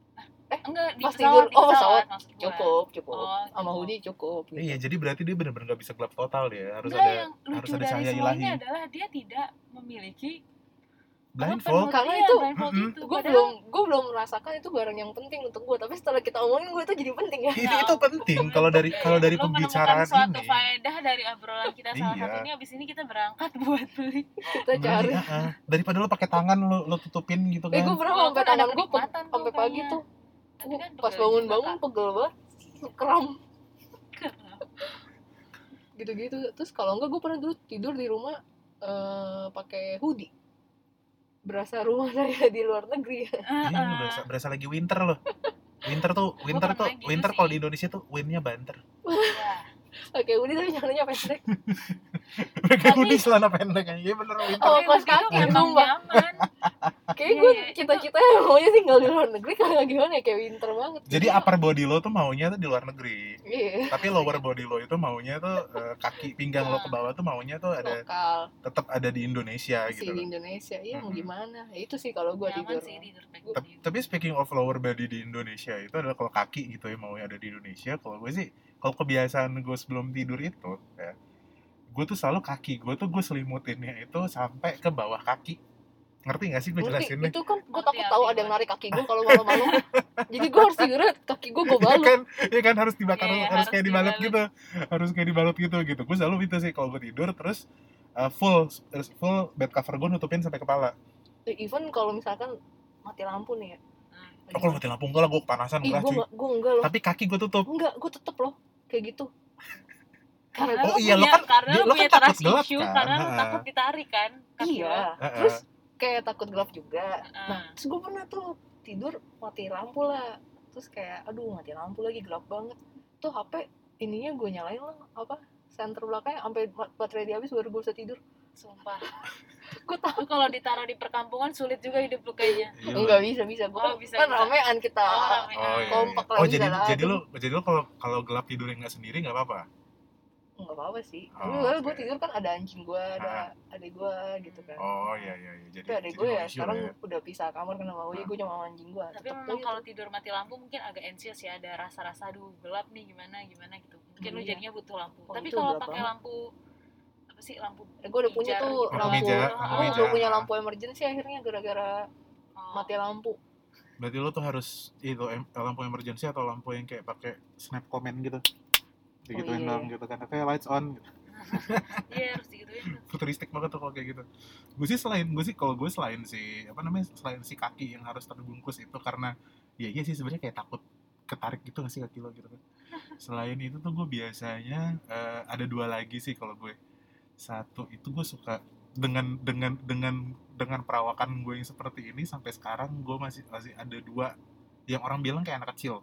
Enggak, di Pas pesawat, tidur. di Oh, pesawat, pesawat. maksud gua. Cukup, cukup. Oh, Sama cukup. hoodie cukup. Gitu. Iya, jadi berarti dia benar-benar nggak bisa gelap total dia. Harus Enggak, ada yang harus lucu ada dari cahaya semua ini ilahi. adalah dia tidak memiliki Blindfold. Karena iya, itu- blindfold mm-mm. itu. gue Padahal- belum gue belum merasakan itu barang yang penting untuk gue, tapi setelah kita omongin gue itu jadi penting ya. Itu, itu penting kalau dari kalau dari Lu pembicaraan menemukan suatu ini. faedah dari obrolan kita salah Iya. satunya abis ini kita berangkat buat beli. Kita Beli, cari. ah, ah. Daripada lu pakai tangan lu lu tutupin gitu Eh gue kan. pernah Walaupun sampai ada tangan gue kenikmatan tuh sampai pagi kayaknya. tuh. Tapi kan Pas pegel bangun-bangun juga, pegel banget, kram Kak. gitu-gitu. Terus kalau enggak gue pernah dulu tidur di rumah eh, pakai hoodie. Berasa rumah saya di luar negeri. Ah, Iya, ah. lu berasa, berasa lagi winter loh. Winter tuh, winter tuh, pernah gitu winter sih. kalau di Indonesia tuh windnya banter. Iya. Pakai hoodie tapi jalannya pendek. Pakai Tapi- hoodie celana pendek aja, iya bener winter. Oh, Pakai kaos hoodie tuh kaki, memang sumpah. nyaman. Kayak Iya, gue iya, itu- cita-citanya maunya tinggal di luar negeri kayak gimana ya, kayak winter banget. Jadi upper body lo tuh maunya tuh di luar negeri. Iya. Tapi lower body lo itu maunya tuh eh, kaki pinggang lo ke bawah tuh maunya tuh ada Lokal tetap ada di Indonesia masih gitu di loh. Indonesia. Iya mau Mm-mm. gimana? Ya itu sih kalau gue Nyaman tidur. sih tidur pakai Tep- hoodie. Tapi speaking of lower body di Indonesia itu adalah kalau kaki gitu ya maunya ada di Indonesia. Kalau gue sih kalau kebiasaan gue sebelum tidur itu ya, gue tuh selalu kaki gue tuh gue selimutinnya itu sampai ke bawah kaki. Ngerti gak sih gue Ngerti, jelasinnya? itu kan gue Ngerti, takut tahu ngerti ada yang gue. narik kaki gue kalau malam-malam. Jadi gue harus tidurnya kaki gue gue Iya balut. kan, iya kan harus dibakar, Iya, harus harus kayak dibalut dibalut. gitu, harus kayak dibalut gitu gitu. Gue selalu gitu sih kalau gue tidur terus uh, full full bed cover gue nutupin sampai kepala. Even kalau misalkan mati lampu nih ya. Hmm. Oh, kalau mati lampu enggak lah, gue kepanasan Ih enggak gue cuy. enggak, gue enggak loh. Tapi kaki gue tutup. Enggak, gue tetep loh kayak gitu. Karena Oh lu iya, lo punya- kan- karena dia- lu lo punya kan takut trust gelap issue, kan? karena lu Heeh. takut ditarik kan kaki Iya. lo. Heeh. Terus kayak takut gelap juga. Heeh. Nah, terus gue pernah tuh tidur mati lampu lah. Terus kayak aduh mati lampu lagi, gelap banget. Tuh H P ininya gue nyalain lah apa? Center belakangnya sampai ba- baterai dia habis baru gue bisa tidur. Sumpah. Gue tahu. Lu kalau ditaruh di perkampungan sulit juga hidup lu kayaknya. Iya, Enggak bisa bisa. Gue Oh, kan, bisa, kan bisa. ramean kita. Oh, ramean. Oh, iya, Kompak iya. lah Oh bisa jadi lah. jadi lu jadi lu kalau kalau gelap tidurnya nggak sendiri nggak apa-apa. nggak apa-apa sih. Oh, Tapi gue oke. tidur kan ada anjing gue, ada adik gue gitu kan. Oh iya iya iya. Jadi Tapi adik jadi gue no ya issue sekarang lah ya. udah pisah kamar kan sama gue, Ah. gue cuma sama anjing gue. Tapi Tetep memang aja kalau tuh. tidur mati lampu mungkin agak anxious ya, ada rasa-rasa aduh gelap nih gimana gimana gitu. Mungkin lu Iya. jadinya butuh lampu. Oh, Tapi itu kalau gelap pakai banget. lampu apa sih lampu Eh, gue udah punya pijar tuh gitu. Lampu lampu, meja, Ah, lampu gue meja. udah punya lampu emergency akhirnya gara-gara oh. mati lampu. Berarti lo tuh harus itu em- lampu emergency atau lampu yang kayak pakai snap comment gitu. Kayak Oh, gituin iya. dong gitu kan. Kayak lights on gitu. Iya harus digituin tuh. Futuristik banget tuh kalau kayak gitu. Gue sih selain gue sih kalau gue selain si apa namanya selain si kaki yang harus terbungkus itu karena ya iya sih sebenarnya kayak takut ketarik gitu nggak sih kaki lo gitu kan. Selain itu tuh gue biasanya eh, ada dua lagi sih kalau gue. Satu itu gue suka dengan dengan dengan dengan perawakan gue yang seperti ini sampai sekarang gue masih masih ada dua yang orang bilang kayak anak kecil.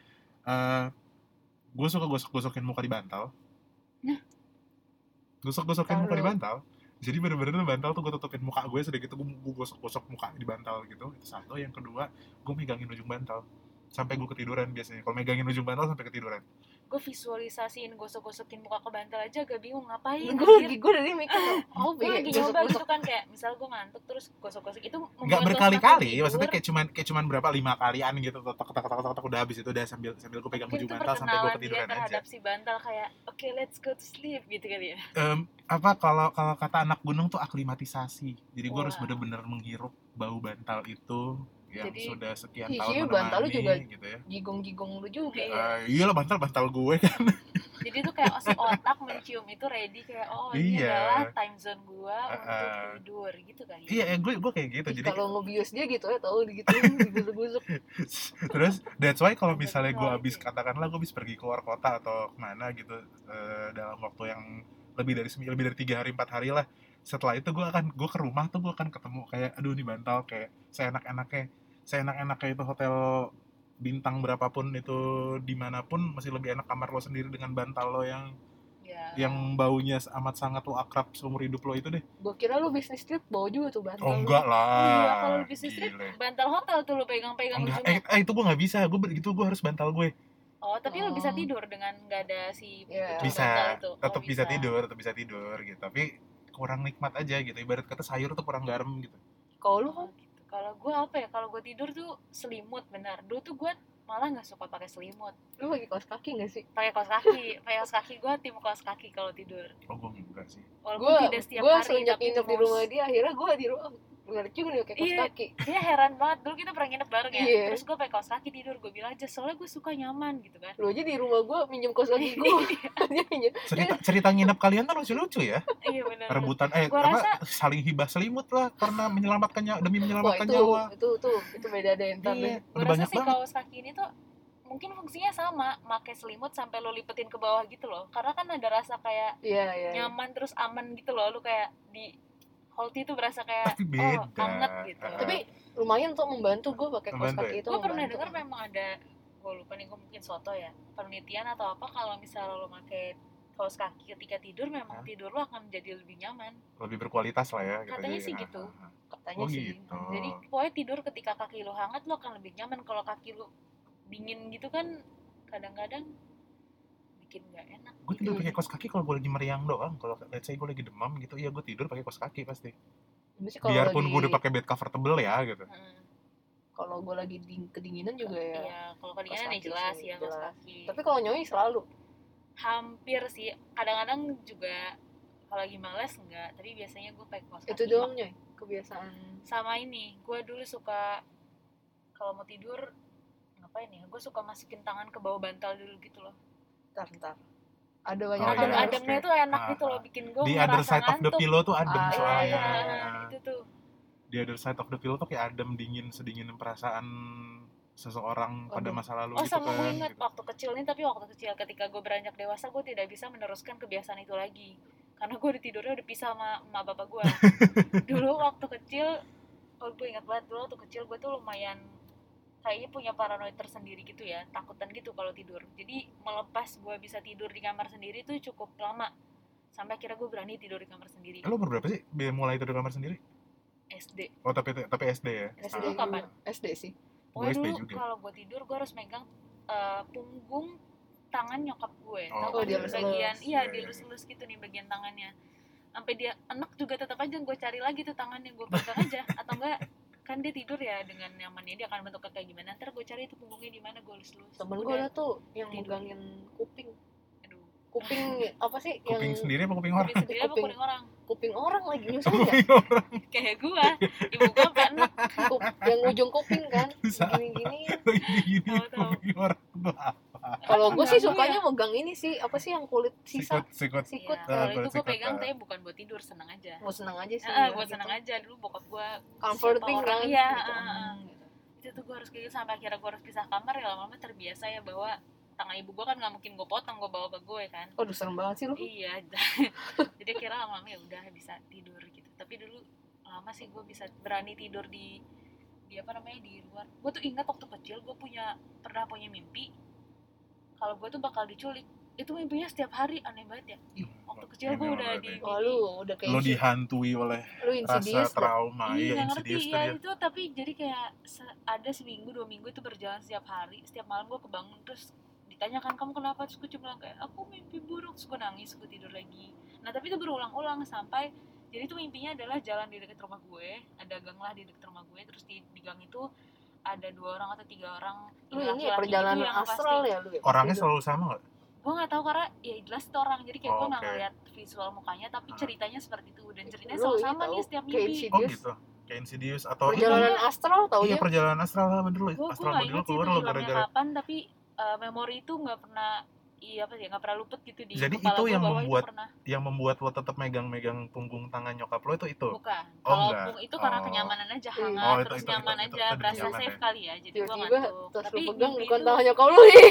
Eh gue suka gosok-gosokin muka di bantal. Nah. Gosok-gosokin muka di Taruh. bantal. Jadi bener-bener tuh bantal tuh gue tutupin muka gue sudah gitu gue, gue gosok-gosok muka di bantal gitu. Itu satu. Yang kedua gue megangin ujung bantal sampai gue ketiduran biasanya. Kalau megangin ujung bantal sampai ketiduran. Gue visualisasiin gosok-gosokin muka ke bantal aja agak bingung ngapain. Gue lagi gue dari mikir oh Gue lagi gosok nyoba gosok gitu kan kayak misal gue ngantuk terus gosok-gosok itu membuat Nggak lo berkali-kali, semakin maksudnya tidur. kayak cuman kayak cuman berapa lima kalian gitu, tok tok tok tok tok, tok udah habis itu udah sambil sambil gue pegang Mungkin ujung itu bantal sampai gue perkenalan dia ketiduran aja. terhadap si bantal kayak oke okay, let's go to sleep gitu kali ya. Em, apa kalau kalau kata anak gunung tuh aklimatisasi. Jadi gue harus Wah. bener-bener menghirup bau bantal itu yang Jadi, sudah sekian ih, tahun iya, bantal lu menemani juga gitu ya. jigong-jigong lu juga. Iya. Eh, iyalah bantal bantal gue kan. Jadi tuh kayak si otak mencium itu ready kayak oh ini Iya. adalah time zone gua Uh, untuk uh. tidur gitu kali ya. Iya, eh, gue gue kayak gitu. Ih, Jadi kalau ngebius dia gitu ya tahu digituin digusuk-gusuk. terus that's why kalau Sampai misalnya gue kenal habis itu ya. katakanlah gue habis pergi keluar kota atau kemana gitu eh, dalam waktu yang lebih dari semi- lebih dari tiga hari empat hari lah, setelah itu gue akan gue ke rumah tuh gue akan ketemu kayak aduh nih bantal kayak seenak-enaknya seenak-enaknya itu hotel bintang berapapun itu dimanapun masih lebih enak kamar lo sendiri dengan bantal lo yang Ya. yang baunya amat sangat lo akrab seumur hidup lo itu deh. Gue kira lu bisnis trip bawa juga tuh bantal. Oh lu. enggak lah. Oh iya kalau di bisnis trip Gile. bantal hotel tuh lu pegang-pegang Enggak, ujungnya. eh, eh itu gue nggak bisa, gue begitu gue harus bantal gue. Oh tapi lu bisa Oh. tidur dengan nggak ada si Iya. ujung Bisa, bantal itu. tetap Oh, bisa tidur, tetap bisa tidur gitu. Tapi kurang nikmat aja gitu. Ibarat kata sayur tuh kurang garam gitu. Kalau lu Oh, kan gitu. Kalau gue apa ya? Kalau gue tidur tuh selimut benar. Dulu tuh gue malah nggak suka pakai selimut. lu pakai kaos kaki nggak sih? Pakai kaos kaki. Pakai kaos kaki gue tim kaos kaki kalau tidur. Oh gue enggak sih. Walaupun Gue tidak setiap gue hari. semenjak tapi nginep di most- rumah dia akhirnya gue di rumah menarik juga nih pakai kaos Iya. kaki. Dia heran banget. Dulu kita pernah nginep bareng ya. Iya. Terus gue pakai kaos kaki tidur. Gue bilang aja soalnya gue suka nyaman gitu kan. Lu aja di rumah gue minjem kaos kaki gue. Dia minjem. Cerita cerita nginep kalian tuh lucu-lucu ya. Iya benar. Rebutan eh Gua apa rasa- saling hibah selimut lah karena menyelamatkan nyawa demi Wah menyelamatkan itu nyawa. itu tuh itu beda deh ntar deh. Iya, Gue udah rasa banyak sih banget. kaos kaki ini tuh mungkin fungsinya sama, pakai selimut sampai lo lipetin ke bawah gitu loh. Karena kan ada rasa kayak Iya iya. nyaman terus aman gitu loh. Lu kayak di Holti tuh berasa kayak Tapi oh beda. hangat gitu. Uh, Tapi lumayan untuk membantu gue pakai kaos Membantu kaki ya? itu. Gue pernah membantu. dengar memang ada, gue lupa nih, gue mungkin soto ya, penelitian atau apa kalau misalnya lo pakai kaos kaki ketika tidur memang Hah? tidur lo akan jadi lebih nyaman. lebih berkualitas lah ya gitu Katanya aja. sih Ah, gitu. ah, ah. Katanya Oh sih. gitu. Jadi pokoknya tidur ketika kaki lo hangat lo akan lebih nyaman. Kalau kaki lo dingin gitu kan kadang-kadang bikin nggak enak. Gue tidur pakai kaos kaki kalau gue lagi meriang doang. Kalau let's say gue lagi demam gitu, ya gue tidur pakai kaos kaki pasti. Mesti kalau Biarpun lagi- gue udah pakai bed cover tebel ya gitu. Hmm, kalau gue lagi ding- kedinginan juga ya. iya, kalau kedinginan kaos ya kaki jelas sih, ya kaos jelas. kaki. Tapi kalau nyoi selalu. Hampir sih, kadang-kadang juga kalau lagi males enggak, tapi biasanya gue pakai kaos kaki. Itu doang nyoy kebiasaan. Sama ini, gue dulu suka kalau mau tidur ngapain ya? Gue suka masukin tangan ke bawah bantal dulu gitu loh. Ntar ntar. Ada banyak Oh, hal iya, yang harus Adem-ademnya kayak- tuh enak ah, gitu loh, ah. bikin gue Di ngerasa other side of the ngantuk. pillow tuh adem Ah, Iya, soalnya. iya, itu tuh. Di other side of the pillow tuh kayak adem, dingin, sedingin perasaan seseorang pada Aduh. masa lalu Oh gitu sama kan. gue ingat gitu. waktu kecil nih, tapi waktu kecil ketika gue beranjak dewasa gue tidak bisa meneruskan kebiasaan itu lagi karena gue udah tidurnya udah pisah sama emak bapak gue. Dulu waktu kecil, oh gue ingat banget dulu waktu kecil gue tuh lumayan kayaknya punya paranoid tersendiri gitu ya, takutan gitu kalau tidur. Jadi melepas gue bisa tidur di kamar sendiri tuh cukup lama sampai akhirnya gue berani tidur di kamar sendiri. Eh, Lo umur berapa sih Biar mulai tidur di kamar sendiri? S D. Oh tapi tapi S D ya? S D Lu kapan? S D sih. Gue Pokoknya S D dulu juga. kalau gue tidur gue harus megang uh, punggung tangan nyokap gue. Oh, Tahu oh, kan dielus-elus. bagian Iya, iya iya, dilus-lus gitu nih bagian tangannya. Sampai dia enek juga tetap aja gue cari lagi tuh tangannya, gue pegang aja atau enggak kan dia tidur ya dengan nyamannya dia akan bentuknya kayak gimana, ntar gue cari itu punggungnya di mana, gue lus-lus. Temen gue Udah. ada tuh yang Tidur. megangin kuping. Aduh. Kuping apa sih yang Kuping sendiri apa kuping orang? Kuping sendiri apa Kuping. kuping orang? kuping orang lagi nyusahin ya? Kuping orang. Kayak gua, ibu gua sampai enek. Kup- yang ujung kuping kan Bisa. gini-gini. Gini Tahu-tahu. kuping orang tuh apa? Kalau gue sih Ganggu sukanya ya? megang ini sih, apa sih yang kulit sisa. Sikut, sikut. Sikut. Iya, Ah, kalau kulit itu gua sikut, pegang ah. tapi bukan buat tidur, seneng aja. Gue seneng aja sih. Heeh, ya, buat gitu. seneng aja. Dulu bokap gua Comforting siapa orang, kan. iya, gitu. ah, ah. Hmm, gitu. Itu tuh gua harus kayak gitu sampai akhirnya gua harus pisah kamar ya, lama-lama terbiasa ya bahwa tangan ibu gua kan nggak mungkin gua potong, gua bawa ke gue kan. Aduh serem banget sih lu. Iya, jadi kira lama-lama ya udah bisa tidur gitu. Tapi dulu lama sih gue bisa berani tidur di di apa namanya di luar. Gue tuh ingat waktu kecil gue punya pernah punya mimpi kalau gue tuh bakal diculik. Itu mimpinya setiap hari, aneh banget ya. Ih, Waktu kecil gue ini udah banget di ya. Wah lu udah kayak Lo insi- dihantui oleh lu rasa insidious gak? trauma. Iya, Iya, nggak ngerti insidious tuh ya dia. itu, tapi jadi kayak se- ada seminggu dua minggu itu berjalan setiap hari, setiap malam gue kebangun terus ditanyakan kamu kenapa, terus gue cuma bilang kayak aku mimpi buruk, terus gue nangis, gue tidur lagi. Nah tapi itu berulang-ulang sampai jadi itu mimpinya adalah jalan di dekat rumah gue, ada gang lah di dekat rumah gue, terus di, di gang itu ada dua orang atau tiga orang Lu ini laki-laki perjalanan gitu yang astral pasti, ya lu ya? Orangnya Pasti selalu sama nggak? gue nggak tahu karena ya jelas itu orang, jadi kayak Oh, gue nggak oke. ngeliat visual mukanya tapi Ah. ceritanya seperti itu dan ceritanya Lu selalu ini sama tahu, nih setiap kayak mimpi. insidious. Oh Insidious. gitu. Kayak insidious atau Perjalanan itu, astral tau iya dia. perjalanan astral lah bener loh. gue gue Astral nggak body lo ingat sih keluar itu lo hilangnya gara-gara. kapan, tapi uh, memori itu nggak pernah iya apa sih nggak pernah luput gitu di Jadi kepala itu gue yang bahwa membuat- itu pernah. Yang membuat lo tetap megang-megang punggung tangan nyokap lo itu itu. Bukan, Oh, kalau enggak. pung itu karena Oh. kenyamanan aja, Iya. hangat Oh, itu- terus itu- nyaman itu- itu- aja, itu berasa nyaman safe ya. kali ya, jadi gue Tiba-tiba ngantuk. tas Tapi lu pegang mimpi bukan itu- tangan nyokap lu nih.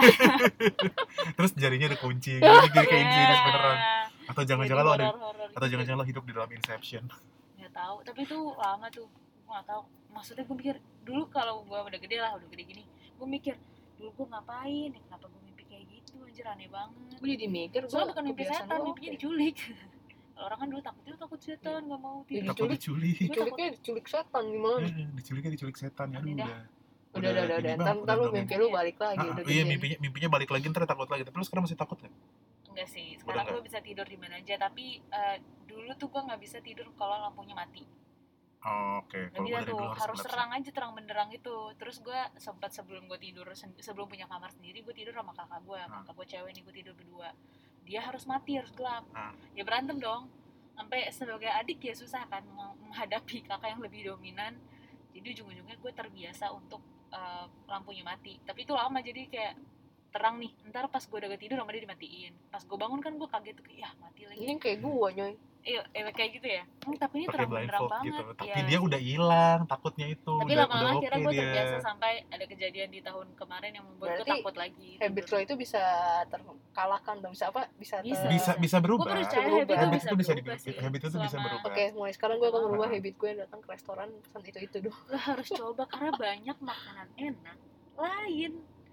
Terus jarinya ada kunci gitu, jadi kayak insidious beneran. Iya. Atau jangan-jangan lo ada Horor-horor atau gitu. jangan-jangan lo hidup di dalam Inception. Nggak tahu, tapi itu lama tuh gue nggak tahu. Maksudnya gue mikir dulu kalau gue udah gede lah, udah gede gini, gue mikir dulu gue ngapain ya, kenapa gue mimpi kayak gitu, anjir aneh banget. Gue jadi mikir gue Soalnya bukan mimpi setan, mimpinya diculik. Kalau orang kan dulu takut itu takut setan, nggak mau Iya, tidur. Takut diculik. diculik. Diculiknya diculik setan gimana? Eh, Diculiknya diculik setan. Aduh Aneh dah. udah. Udah udah udah ini udah. bang, Ntar udah ntar lu dong. mimpi lu balik lagi Ah, udah iya gede. mimpinya mimpinya balik lagi ntar takut lagi. Tapi lu sekarang masih takut nggak? Enggak sih, Udah sekarang nggak? gue bisa tidur di mana aja, tapi eh, dulu tuh gue nggak bisa tidur kalau lampunya mati. Oh, oke. Nggak Kalau bisa gue dari tuh, dulu harus, harus gelap sih. terang aja, terang benderang itu. Terus gue sempat sebelum gue tidur, sen- sebelum punya kamar sendiri, gue tidur sama kakak gue, Ah. kakak gue cewek nih, gue tidur berdua. Dia harus mati, harus gelap. Ah. Ya berantem dong. Sampai sebagai adik ya susah kan meng- menghadapi kakak yang lebih dominan. Jadi ujung-ujungnya gue terbiasa untuk eh, lampunya mati. Tapi itu lama, jadi kayak terang nih, ntar pas gue udah tidur sama dia dimatiin, pas gue bangun kan gue kaget tuh kayak ya mati lagi. Ini kayak gua nyoy. Iya, eh, kayak gitu ya. Hmm, tapi ini Pakai terang benderang blindfold banget. gitu. Tapi Iya. dia udah hilang takutnya itu. Tapi udah, lama-lama udah akhirnya oke gue dia. terbiasa sampai ada kejadian di tahun kemarin yang membuat gue Berarti takut lagi. Habit tidur. lo itu bisa terkalahkan dong, bisa apa? Bisa ter- Bisa. Bisa bisa Gue berubah. percaya Berubah. habit, Habit itu itu bisa berubah di- sih. habit itu bisa Selama- berubah. Oke, mulai sekarang gue akan Ah. merubah habit gue datang ke restoran pesan itu-itu doang. Lo harus coba karena banyak makanan enak lain.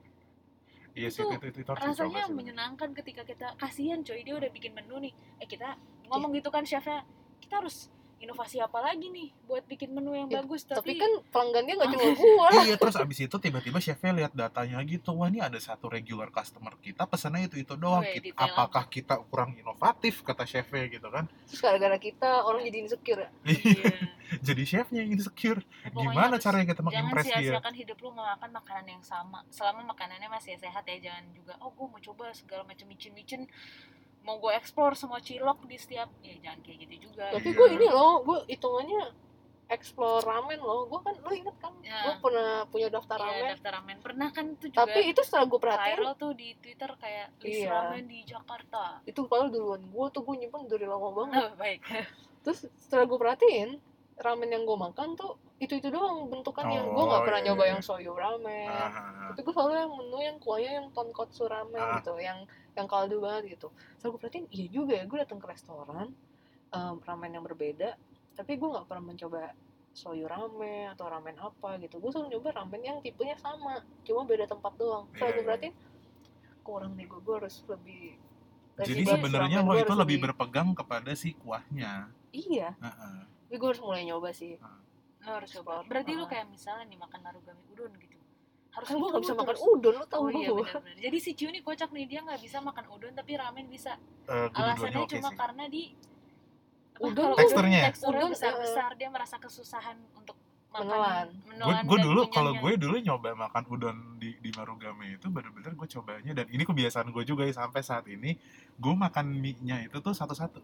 Iya sih itu itu itu, itu harus Rasanya dicoba sih. menyenangkan ketika kita kasihan coy, dia udah bikin menu nih. Eh kita ngomong gitu kan chefnya, kita harus inovasi apa lagi nih buat bikin menu yang Ya, bagus. Tapi Tapi, kan pelanggannya nggak cuma gua lah. Iya, terus abis itu tiba-tiba chefnya lihat datanya gitu, wah ini ada satu regular customer kita pesannya itu itu doang. Weh, Kita- detail apakah kita kurang inovatif kata chefnya gitu kan? Terus gara-gara kita orang jadi insecure ya. iya. Jadi chefnya yang insecure. Pokoknya Gimana harus- caranya kita Jangan mengimpress dia? sia-siakan hidup lu makan makanan yang sama. Selama makanannya masih sehat ya, jangan juga oh gue mau coba segala macam micin-micin, mau gue explore semua cilok di setiap, ya jangan kayak gitu juga. Tapi Iya. gue ini loh, gue hitungannya explore ramen loh. Gue kan, lo inget kan? Ya. Gue pernah punya daftar Iya, ramen. daftar ramen pernah kan tuh juga. Tapi itu setelah gue perhatiin, viral tuh di Twitter kayak list Iya. ramen di Jakarta. itu padahal duluan gue tuh gue nyimpen dari lama banget. Oh, baik. Terus setelah gue perhatiin, ramen yang gue makan tuh itu-itu doang bentukannya. Oh, Gue nggak pernah iya, nyoba iya. yang soyo ramen. Ah, Tapi gue selalu yang menu yang kuahnya yang tonkotsu ramen Ah. gitu, yang yang kaldu banget gitu. Setelah gue perhatiin, iya juga ya, gue datang ke restoran em, ramen yang berbeda, tapi gue nggak pernah mencoba soyo ramen atau ramen apa gitu. Gue selalu nyoba ramen yang tipenya sama, cuma beda tempat doang. Setelah Iya, gue iya. perhatiin, kurang nih gue, gue harus lebih. Jadi resibas, sebenarnya ramen lo gue itu harus lebih berpegang kepada si kuahnya. Iya, Heeh. tapi gue harus mulai nyoba sih. Lo harus coba. Berarti lu Ah. kayak misalnya nih makan narugami udon gitu. harus Kan gue nggak bisa itu makan terus. udon, lo tau Oh iya gue. benar-benar. Jadi si Ciu nih kocak nih, dia nggak bisa makan udon tapi ramen bisa. Eh, gue dua-duanya Alasannya oke cuma sih. karena di apa, Udon kalau tuh- Teksturnya ya? teksturnya Udon, besar-besar, dia merasa kesusahan untuk makan Menelan. Gue menelan gue dan dulu kalau kunyahnya. gue dulu nyoba makan udon di di Marugame itu bener-bener gue cobanya, dan ini kebiasaan gue juga ya sampai saat ini. Gue makan mie-nya itu tuh satu-satu.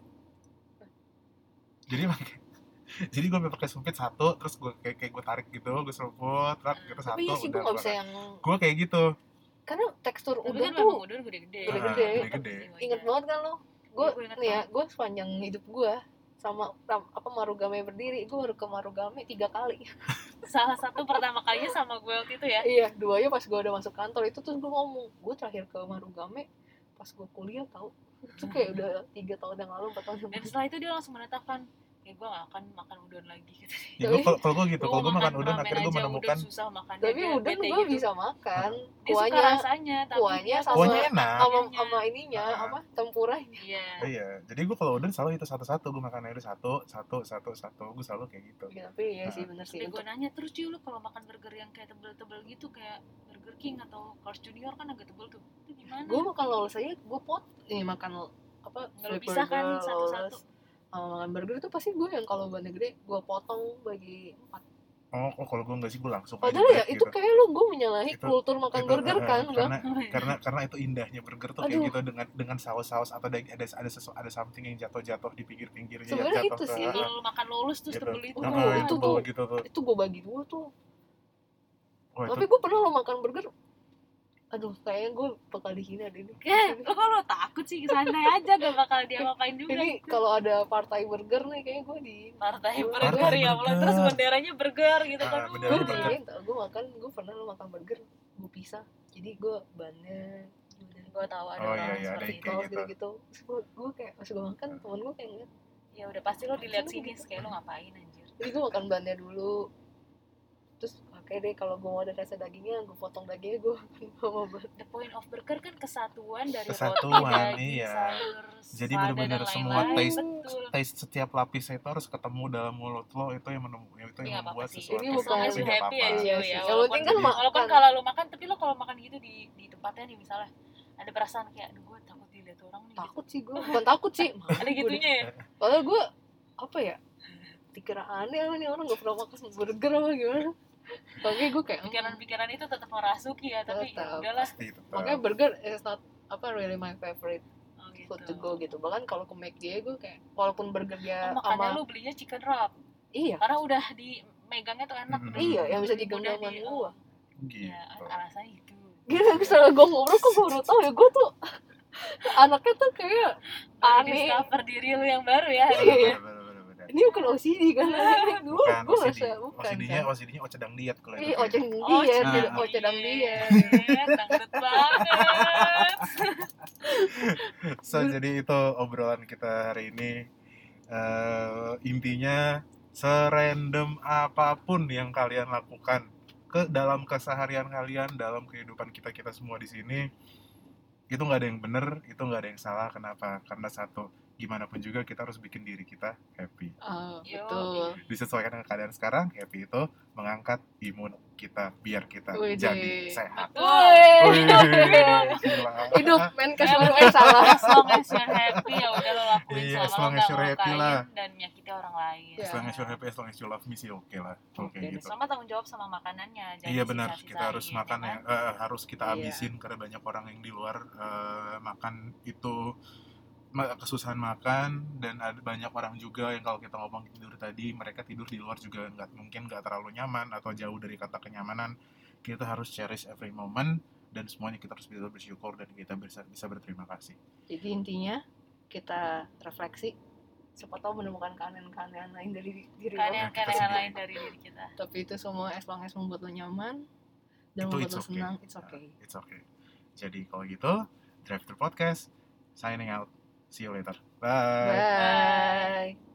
Jadi pakai jadi gue pakai sumpit satu, terus gue kayak kayak gue tarik gitu, gue seruput, rak gitu satu. Tapi iya sih gue udah, nggak gua bisa makan. yang, Gue kayak gitu. karena tekstur Tapi udon kan tuh memang udon gede-gede. Gede-gede. Ah, gede-gede. inget banget kan lo. Gue Iya, gua inget nih ya, banget. gue sepanjang hidup gue sama ram- apa Marugame berdiri, gue baru ke Marugame tiga kali. Salah satu pertama kalinya sama gue waktu itu ya. Iya, duanya pas gue udah masuk kantor itu, terus gue ngomong, gue terakhir ke Marugame pas gue kuliah tau. Itu kayak udah tiga tahun yang lalu, empat tahun yang Dan lalu. setelah itu dia langsung menetapkan, kayak gue gak akan makan udon lagi gitu. Ya, gua, kalau kalau gue gitu, Gua kalau gue mau makan udon ramen akhirnya gue aja, menemukan udon susah makannya. Tapi dia udon bete gue gitu. bisa makan. Dia suka Kuahnya, rasanya, tapi kuahnya dia sama- Kuahnya enak. sama Kuahnya. sama ininya Ah. apa tempuranya. Iya. iya. Jadi gue kalau udon selalu itu satu-satu, gue makan itu satu, satu, satu, satu, gue selalu kayak gitu. Ya, tapi ya sih bener sih. Tapi gue Untuk, nanya, terus cuy lu kalau makan burger yang kayak tebel-tebel gitu, kayak Burger King atau Carl's Junior kan agak tebel tuh, itu gimana? gue makan lawless aja, gue pot nih makan apa Nggak lu flip bisa kan burger, satu-satu? lawless. Sama makan burger itu pasti gue yang kalau bannya gede gue potong bagi empat. Oh, oh kalau gue enggak sih, gue langsung aja Padahal ya break itu gitu. kayak lu gue menyalahi Itu- kultur makan Itu, burger eh, kan, bang. karena karena karena itu indahnya burger tuh kayak Aduh. gitu, dengan dengan saus-saus atau ada ada ada sesu, ada something yang jatuh-jatuh di pinggir-pinggirnya yang Sebenarnya jatuh itu ke sih. Kalau lu makan lulus terus gitu. tebel itu. Oh, Nah, itu itu tuh. gitu tuh. Itu gue bagi dua tuh. Wah, Tapi itu gue pernah lo makan burger, aduh kayaknya gue bakal dihina deh ini. Eh, lo kok lo takut sih? Santai aja, gak bakal dia ngapain juga. Ini kalau ada partai burger nih kayaknya gue di Partai Partai burger ya Allah, burger. terus benderanya burger gitu Ah, kan. benderanya gue burger. diinin tau, gue makan, gue pernah lo makan burger gue pisah, jadi gue bannya Gue tahu ada Oh, orang iya, iya, ada seperti yang itu. kayak kaos gitu. gitu-gitu. Terus gue, gue kayak pas gue makan temen gue kayak ngeliat, Ya udah pasti lo dilihat sini, kayak lo ngapain anjir. jadi gue makan bannya dulu, terus oke deh kalau gue mau ada rasa dagingnya gue potong dagingnya, gue makan sama ban. The point of burger kan kesatuan dari Kesatuan, roti, daging, iya. sayur, Jadi selada, benar-benar dan semua lain-lain. taste Betul. taste setiap lapisnya itu harus ketemu dalam mulut lo, itu yang menemu itu Tapi yang nggak apa-apa membuat sih. sesuatu Ini yang bukan- tapi As long as you nggak happy apa-apa. ya, Iya Cio, sih. ya. Yang Walaupun, penting kan Jadi- walaupun makan. kalau lu makan, tapi lo kalau makan gitu di di tempatnya nih misalnya ada perasaan kayak, aduh gue takut dilihat orang nih. Takut sih gue, bukan takut sih, Gitu. Ada gitunya ya. padahal gue apa ya, dikira aneh apa nih orang gak pernah makan burger apa gimana. Tapi gue kayak hmm, Pikiran-pikiran itu tetap merasuki ya, tapi ya Tetap. udahlah. Pasti tetap. makanya burger is not apa really my favorite Oh, gitu. food to go gitu. Bahkan kalau ke McD gue kayak walaupun burger dia Oh, makanya sama lu belinya chicken wrap iya karena udah di megangnya tuh enak. Mm-mm. udah- iya yang bisa udah digenggaman di- gue. Gitu. Ya, alasannya itu. Gila, setelah gue ngobrol kok gue baru tau ya, gue tuh anaknya tuh kayak Baru aneh. discover diri lu yang baru ya hari Iya. ini. Bener, bener, bener. Ini bukan O C D kan, gue Bukan gue O C D. rasa bukan O C D-nya kan. O C D-nya ocedang diet kalau itu. Iya, oceng Oh, diet, nah. tidak ocedang diet. Dangdut banget. So jadi itu obrolan kita hari ini. Eh, intinya serandom apapun yang kalian lakukan ke dalam keseharian kalian, dalam kehidupan kita kita semua di sini, itu nggak ada yang benar, itu nggak ada yang salah. Kenapa? Karena satu, gimana pun juga kita harus bikin diri kita happy. Ah, Yo. betul. Disesuaikan dengan keadaan sekarang. Happy itu mengangkat imun kita biar kita Widih. jadi sehat. Betul. Wih, gila. Hidup main cash baru eh salah. As long as you're happy ya udah lo lakuin Iya, selama as long lo as gak you're happy ngelukain lah. dan menyakiti orang lain. Ya. As long as you're happy, as long as you love me sih oke lah. Oke Oke, gitu. Selama tanggung jawab sama makanannya. jangan Iya benar, disisa-sisain, kita harus makan ya ya, kan? eh, harus kita Iya. habisin karena banyak orang yang di luar eh, makan itu ma- kesusahan makan, dan ada banyak orang juga yang kalau kita ngomong tidur tadi, mereka tidur di luar juga nggak mungkin nggak terlalu nyaman atau jauh dari kata kenyamanan. Kita harus cherish every moment dan semuanya kita harus bisa bersyukur dan kita bisa bisa berterima kasih. Jadi intinya kita refleksi, siapa tahu menemukan keanehan-keanehan lain dari diri lo. Keadaan kita keadaan sendiri. lain dari diri kita. Tapi itu semua as long as membuat lo nyaman dan Itu membuat it's lo okay. senang, it's okay. Uh, it's okay. Jadi kalau gitu, Drive Thru Podcast signing out. See you later. Bye. Bye.